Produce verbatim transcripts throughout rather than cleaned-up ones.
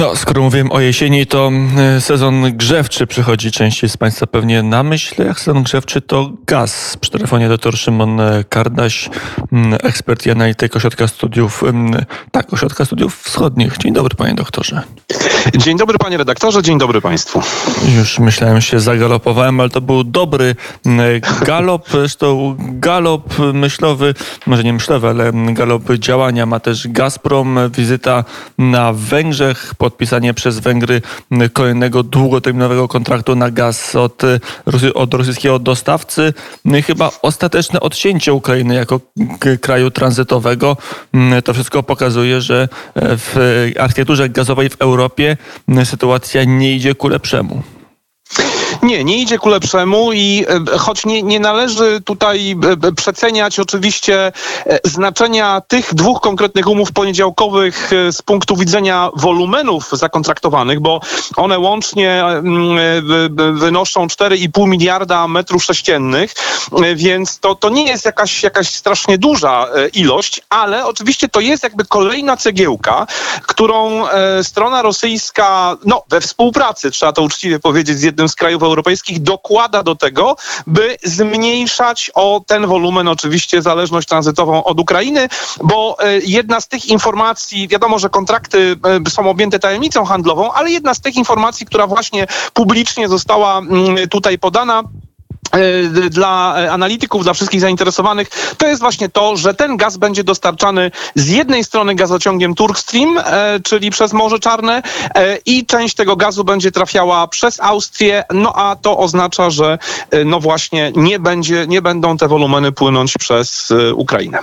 No, skoro mówiłem o jesieni, to sezon grzewczy przychodzi częściej z Państwa pewnie na myśl. Jak sezon grzewczy, to gaz. Przy telefonie doktor Szymon Kardaś, ekspert i analityk Ośrodka Studiów, tak, Ośrodka Studiów Wschodnich. Dzień dobry, panie doktorze. Dzień dobry, panie redaktorze, dzień dobry państwu. Już myślałem, się zagalopowałem, ale to był dobry galop. Zresztą galop myślowy, może nie myślowy, ale galop działania ma też Gazprom. Wizyta na Węgrzech, podpisanie przez Węgry kolejnego długoterminowego kontraktu na gaz od, od rosyjskiego dostawcy. Chyba ostateczne odcięcie Ukrainy jako kraju tranzytowego. To wszystko pokazuje, że w architekturze gazowej w Europie sytuacja nie idzie ku lepszemu. Nie, nie idzie ku lepszemu i choć nie, nie należy tutaj przeceniać oczywiście znaczenia tych dwóch konkretnych umów poniedziałkowych z punktu widzenia wolumenów zakontraktowanych, bo one łącznie wynoszą cztery i pół miliarda metrów sześciennych, więc to, to nie jest jakaś, jakaś strasznie duża ilość, ale oczywiście to jest jakby kolejna cegiełka, którą strona rosyjska, no we współpracy, trzeba to uczciwie powiedzieć, z jednym z krajów europejskich dokłada do tego, by zmniejszać o ten wolumen oczywiście zależność tranzytową od Ukrainy, bo jedna z tych informacji, wiadomo, że kontrakty są objęte tajemnicą handlową, ale jedna z tych informacji, która właśnie publicznie została tutaj podana dla analityków, dla wszystkich zainteresowanych, to jest właśnie to, że ten gaz będzie dostarczany z jednej strony gazociągiem Turkstream, czyli przez Morze Czarne, i część tego gazu będzie trafiała przez Austrię, no a to oznacza, że no właśnie nie będzie, nie będą te wolumeny płynąć przez Ukrainę.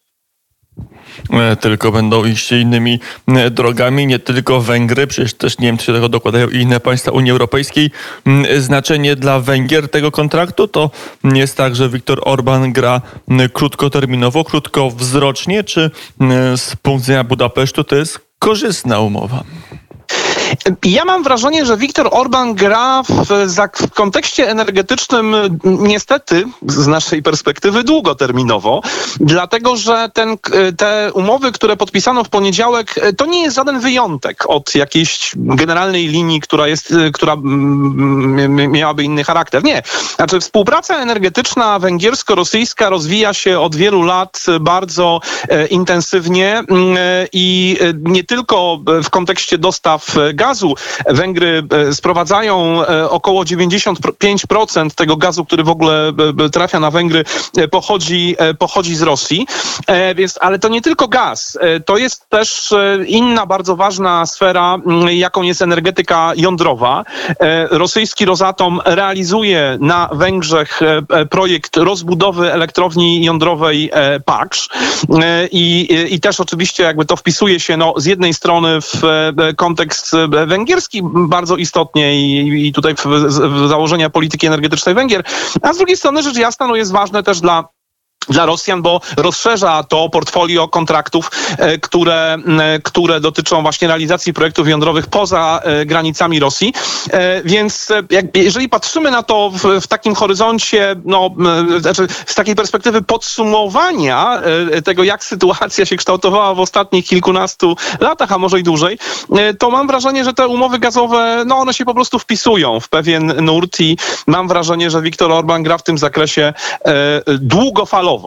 Tylko będą iść innymi drogami, nie tylko Węgry, przecież też Niemcy się tego dokładają i inne państwa Unii Europejskiej. Znaczenie dla Węgier tego kontraktu to nie jest tak, że Viktor Orban gra krótkoterminowo, krótkowzrocznie, czy z punktu widzenia Budapesztu to jest korzystna umowa? Ja mam wrażenie, że Viktor Orban gra w, w kontekście energetycznym niestety z naszej perspektywy długoterminowo, dlatego że ten, te umowy, które podpisano w poniedziałek, to nie jest żaden wyjątek od jakiejś generalnej linii, która jest, która miałaby inny charakter. Nie. Znaczy współpraca energetyczna węgiersko-rosyjska rozwija się od wielu lat bardzo intensywnie i nie tylko w kontekście dostaw gazu. Węgry sprowadzają około dziewięćdziesiąt pięć procent tego gazu, który w ogóle trafia na Węgry, pochodzi, pochodzi z Rosji. Więc, ale to nie tylko gaz. To jest też inna bardzo ważna sfera, jaką jest energetyka jądrowa. Rosyjski Rosatom realizuje na Węgrzech projekt rozbudowy elektrowni jądrowej Paksz i, i też oczywiście jakby to wpisuje się no, z jednej strony w kontekst węgierski bardzo istotnie i, i tutaj w, w założenia polityki energetycznej Węgier, a z drugiej strony rzecz jasna no jest ważne też dla Dla Rosjan, bo rozszerza to portfolio kontraktów, które, które dotyczą właśnie realizacji projektów jądrowych poza granicami Rosji. Więc jak, jeżeli patrzymy na to w, w takim horyzoncie, no, znaczy z takiej perspektywy podsumowania tego, jak sytuacja się kształtowała w ostatnich kilkunastu latach, a może i dłużej, to mam wrażenie, że te umowy gazowe, no one się po prostu wpisują w pewien nurt i mam wrażenie, że Viktor Orban gra w tym zakresie długofalowo.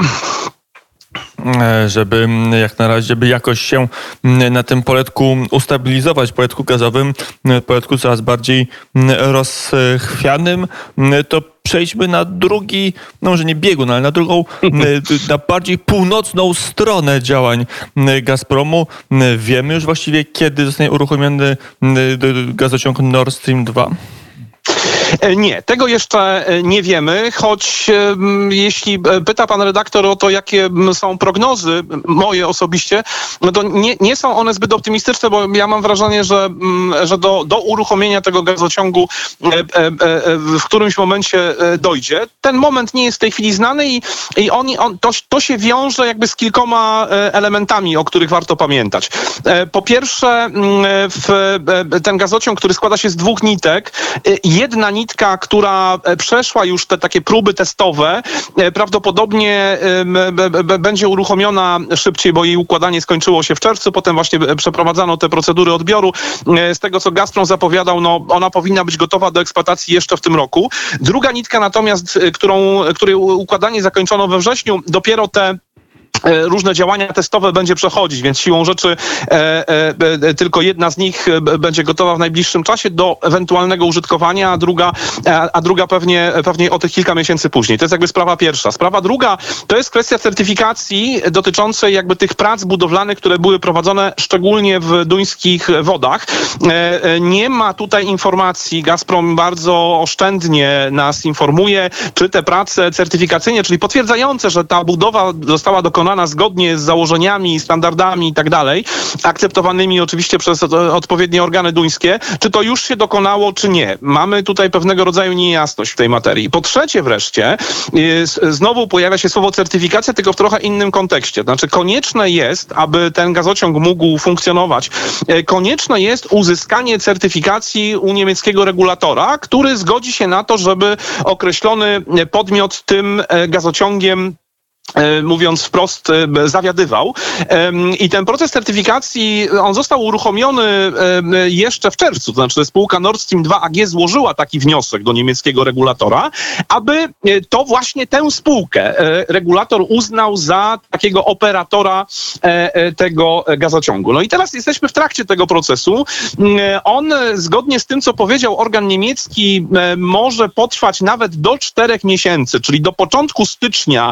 Żeby jak na razie, żeby jakoś się na tym poletku ustabilizować, poletku gazowym, poletku coraz bardziej rozchwianym, to przejdźmy na drugi, no może nie biegun, ale na drugą, na bardziej północną stronę działań Gazpromu. Wiemy już właściwie, kiedy zostanie uruchomiony gazociąg Nord Stream dwa? Nie, tego jeszcze nie wiemy, choć jeśli pyta pan redaktor o to, jakie są prognozy moje osobiście, no to nie, nie są one zbyt optymistyczne, bo ja mam wrażenie, że, że do, do uruchomienia tego gazociągu w którymś momencie dojdzie. Ten moment nie jest w tej chwili znany i, i on, on, to, to się wiąże jakby z kilkoma elementami, o których warto pamiętać. Po pierwsze, w ten gazociąg, który składa się z dwóch nitek, jedna nitka, która przeszła już te takie próby testowe, prawdopodobnie będzie uruchomiona szybciej, bo jej układanie skończyło się w czerwcu, potem właśnie przeprowadzano te procedury odbioru. Z tego, co Gazprom zapowiadał, no ona powinna być gotowa do eksploatacji jeszcze w tym roku. Druga nitka natomiast, którą, której układanie zakończono we wrześniu, dopiero te różne działania testowe będzie przechodzić, więc siłą rzeczy e, e, tylko jedna z nich będzie gotowa w najbliższym czasie do ewentualnego użytkowania, a druga, a, a druga pewnie, pewnie o tych kilka miesięcy później. To jest jakby sprawa pierwsza. Sprawa druga to jest kwestia certyfikacji dotyczącej jakby tych prac budowlanych, które były prowadzone szczególnie w duńskich wodach. E, e, nie ma tutaj informacji, Gazprom bardzo oszczędnie nas informuje, czy te prace certyfikacyjne, czyli potwierdzające, że ta budowa została dokonana zgodnie z założeniami, standardami i tak dalej, akceptowanymi oczywiście przez odpowiednie organy duńskie, czy to już się dokonało, czy nie. Mamy tutaj pewnego rodzaju niejasność w tej materii. Po trzecie wreszcie, jest, znowu pojawia się słowo certyfikacja, tylko w trochę innym kontekście. Znaczy konieczne jest, aby ten gazociąg mógł funkcjonować, konieczne jest uzyskanie certyfikacji u niemieckiego regulatora, który zgodzi się na to, żeby określony podmiot tym gazociągiem, mówiąc wprost, zawiadywał. I ten proces certyfikacji, on został uruchomiony jeszcze w czerwcu, to znaczy spółka Nord Stream dwa A G złożyła taki wniosek do niemieckiego regulatora, aby to właśnie tę spółkę regulator uznał za takiego operatora tego gazociągu. No i teraz jesteśmy w trakcie tego procesu. On, zgodnie z tym, co powiedział organ niemiecki, może potrwać nawet do czterech miesięcy, czyli do początku stycznia,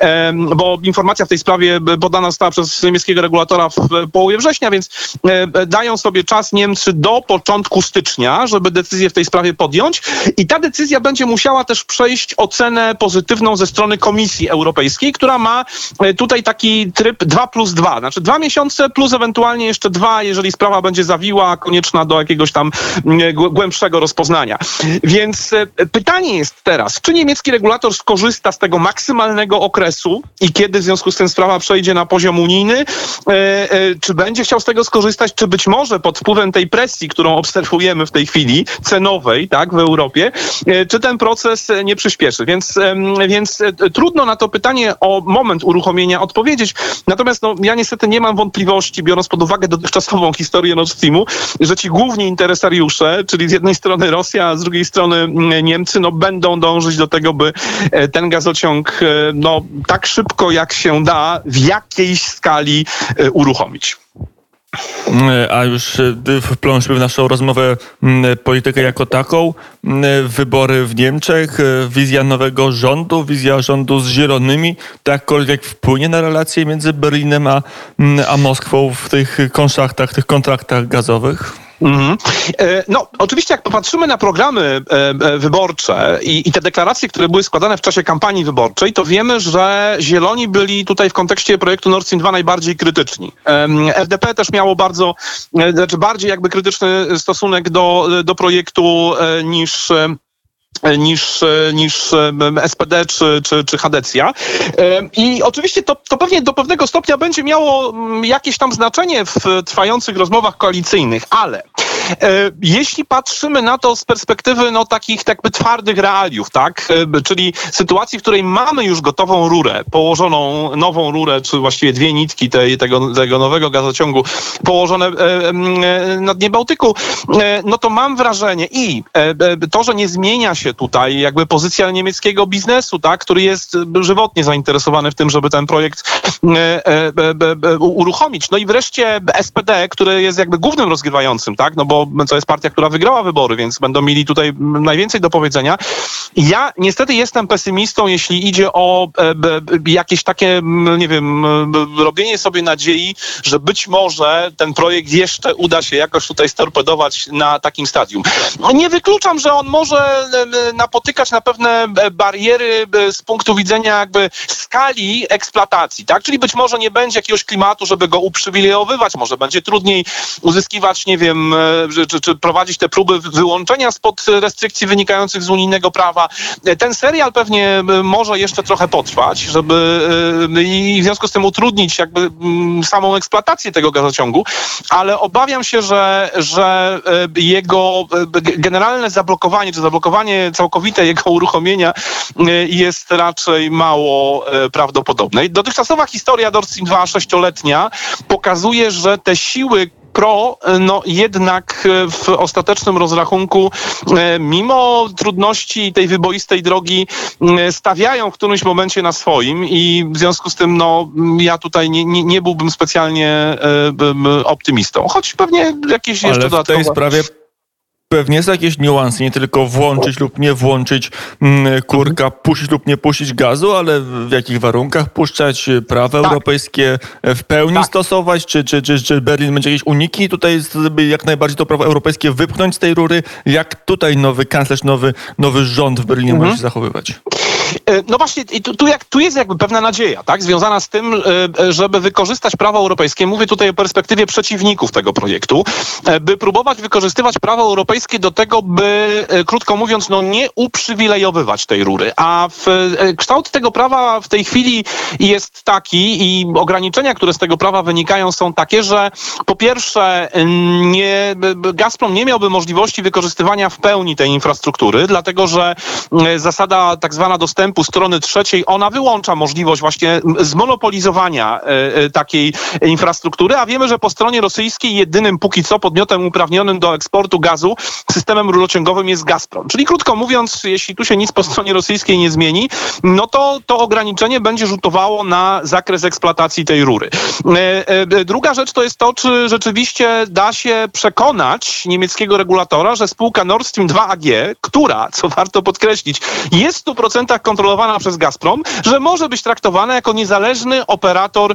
bo informacja w tej sprawie podana została przez niemieckiego regulatora w połowie września, więc dają sobie czas Niemcy do początku stycznia, żeby decyzję w tej sprawie podjąć i ta decyzja będzie musiała też przejść ocenę pozytywną ze strony Komisji Europejskiej, która ma tutaj taki tryb dwa plus dwa, znaczy dwa miesiące plus ewentualnie jeszcze dwa, jeżeli sprawa będzie zawiła, konieczna do jakiegoś tam głębszego rozpoznania. Więc pytanie jest teraz, czy niemiecki regulator skorzysta z tego maksymalnego okresu i kiedy w związku z tym sprawa przejdzie na poziom unijny, e, e, czy będzie chciał z tego skorzystać, czy być może pod wpływem tej presji, którą obserwujemy w tej chwili, cenowej, tak, w Europie, e, czy ten proces nie przyspieszy. Więc, e, więc e, trudno na to pytanie o moment uruchomienia odpowiedzieć. Natomiast no, ja niestety nie mam wątpliwości, biorąc pod uwagę dotychczasową historię Nord Streamu, że ci główni interesariusze, czyli z jednej strony Rosja, a z drugiej strony Niemcy, no, będą dążyć do tego, by ten gazociąg no, tak szybko jak się da w jakiejś skali uruchomić. A już wplączmy w naszą rozmowę politykę jako taką. Wybory w Niemczech, wizja nowego rządu, wizja rządu z zielonymi, to jakkolwiek wpłynie na relacje między Berlinem a, a Moskwą w tych konszachtach, tych kontraktach gazowych? Mm-hmm. No, oczywiście jak popatrzymy na programy e, wyborcze i, i te deklaracje, które były składane w czasie kampanii wyborczej, to wiemy, że Zieloni byli tutaj w kontekście projektu Nord Stream dwa najbardziej krytyczni. E, F D P też miało bardzo, e, znaczy bardziej jakby krytyczny stosunek do, do projektu e, niż niż, niż S P D czy, czy, czy Hadecja. I oczywiście to, to pewnie do pewnego stopnia będzie miało jakieś tam znaczenie w trwających rozmowach koalicyjnych, ale jeśli patrzymy na to z perspektywy no, takich jakby twardych realiów, tak, czyli sytuacji, w której mamy już gotową rurę, położoną nową rurę, czy właściwie dwie nitki tej, tego, tego nowego gazociągu położone na dnie Bałtyku, no to mam wrażenie i to, że nie zmienia się tutaj jakby pozycja niemieckiego biznesu, tak, który jest żywotnie zainteresowany w tym, żeby ten projekt uruchomić. No i wreszcie S P D, który jest jakby głównym rozgrywającym, tak, no bo to jest partia, która wygrała wybory, więc będą mieli tutaj najwięcej do powiedzenia. Ja niestety jestem pesymistą, jeśli idzie o jakieś takie, nie wiem, robienie sobie nadziei, że być może ten projekt jeszcze uda się jakoś tutaj storpedować na takim stadium. Nie wykluczam, że on może napotykać na pewne bariery z punktu widzenia jakby skali eksploatacji, tak? Czyli być może nie będzie jakiegoś klimatu, żeby go uprzywilejowywać, może będzie trudniej uzyskiwać, nie wiem, czy, czy prowadzić te próby wyłączenia spod restrykcji wynikających z unijnego prawa. Ten serial pewnie może jeszcze trochę potrwać, żeby i w związku z tym utrudnić jakby samą eksploatację tego gazociągu, ale obawiam się, że, że jego generalne zablokowanie, czy zablokowanie całkowite jego uruchomienia jest raczej mało prawdopodobne. Dotychczasowa historia Nord Stream dwa, sześcioletnia, pokazuje, że te siły pro, no jednak w ostatecznym rozrachunku, mimo trudności tej wyboistej drogi, stawiają w którymś momencie na swoim i w związku z tym, no ja tutaj nie, nie, nie byłbym specjalnie optymistą, choć pewnie jakieś jeszcze Ale w dodatkowe... tej sprawie pewnie są jakieś niuanse, nie tylko włączyć lub nie włączyć mm, kurka, puścić lub nie puścić gazu, ale w jakich warunkach puszczać, prawa tak. europejskie w pełni tak. stosować, czy, czy, czy, czy Berlin będzie jakieś uniki tutaj, żeby jak najbardziej to prawo europejskie wypchnąć z tej rury, jak tutaj nowy kanclerz, nowy, nowy rząd w Berlinie mhm. może się zachowywać? No właśnie, i tu, tu, jak, tu jest jakby pewna nadzieja, tak, związana z tym, żeby wykorzystać prawo europejskie, mówię tutaj o perspektywie przeciwników tego projektu, by próbować wykorzystywać prawo europejskie do tego, by, krótko mówiąc, no nie uprzywilejowywać tej rury. A w, kształt tego prawa w tej chwili jest taki i ograniczenia, które z tego prawa wynikają, są takie, że po pierwsze nie, Gazprom nie miałby możliwości wykorzystywania w pełni tej infrastruktury, dlatego że zasada tak zwana dostępu strony trzeciej, ona wyłącza możliwość właśnie zmonopolizowania e, takiej infrastruktury, a wiemy, że po stronie rosyjskiej jedynym póki co podmiotem uprawnionym do eksportu gazu systemem rurociągowym jest Gazprom. Czyli krótko mówiąc, jeśli tu się nic po stronie rosyjskiej nie zmieni, no to to ograniczenie będzie rzutowało na zakres eksploatacji tej rury. E, e, druga rzecz to jest to, czy rzeczywiście da się przekonać niemieckiego regulatora, że spółka Nord Stream dwa A G, która, co warto podkreślić, jest w stu procentach kontrolowana przez Gazprom, że może być traktowana jako niezależny operator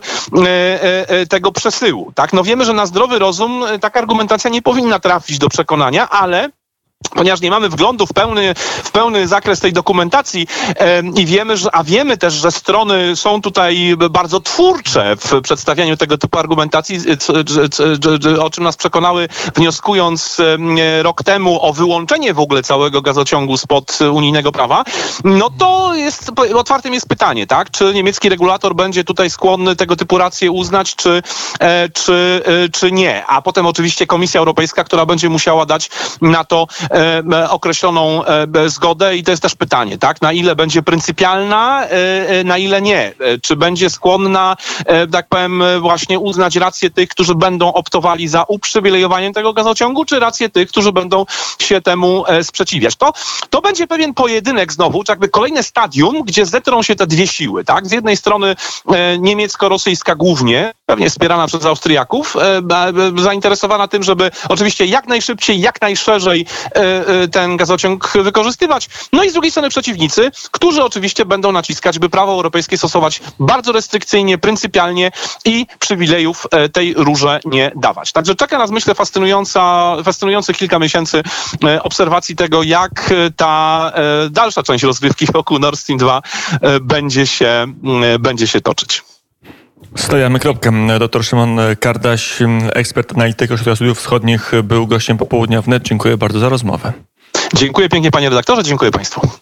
e, e, tego przesyłu. Tak? No wiemy, że na zdrowy rozum taka argumentacja nie powinna trafić do przekonania, ale ponieważ nie mamy wglądu w pełny, w pełny zakres tej dokumentacji e, i wiemy, że, a wiemy też, że strony są tutaj bardzo twórcze w przedstawianiu tego typu argumentacji, c, c, c, o czym nas przekonały, wnioskując e, rok temu o wyłączenie w ogóle całego gazociągu spod unijnego prawa, no to jest, otwartym jest pytanie, tak? Czy niemiecki regulator będzie tutaj skłonny tego typu racje uznać, czy, e, czy, e, czy nie? A potem oczywiście Komisja Europejska, która będzie musiała dać na to E, określoną e, zgodę i to jest też pytanie, tak? Na ile będzie pryncypialna, e, na ile nie. E, czy będzie skłonna, e, tak powiem, właśnie uznać rację tych, którzy będą optowali za uprzywilejowaniem tego gazociągu, czy rację tych, którzy będą się temu e, sprzeciwiać. To, to będzie pewien pojedynek znowu, czy jakby kolejne stadium, gdzie zetrą się te dwie siły, tak? Z jednej strony e, niemiecko-rosyjska głównie, pewnie wspierana przez Austriaków, e, e, zainteresowana tym, żeby oczywiście jak najszybciej, jak najszerzej ten gazociąg wykorzystywać. No i z drugiej strony przeciwnicy, którzy oczywiście będą naciskać, by prawo europejskie stosować bardzo restrykcyjnie, pryncypialnie i przywilejów tej rurze nie dawać. Także czeka nas, myślę, fascynująca, fascynujących kilka miesięcy obserwacji tego, jak ta dalsza część rozgrywki wokół Nord Stream dwa będzie się, będzie się toczyć. Stajemy kropkę. Doktor Szymon Kardaś, ekspert analityk Ośrodka Studiów Wschodnich, był gościem Popołudnia Wnet. Dziękuję bardzo za rozmowę. Dziękuję pięknie, panie redaktorze, dziękuję państwu.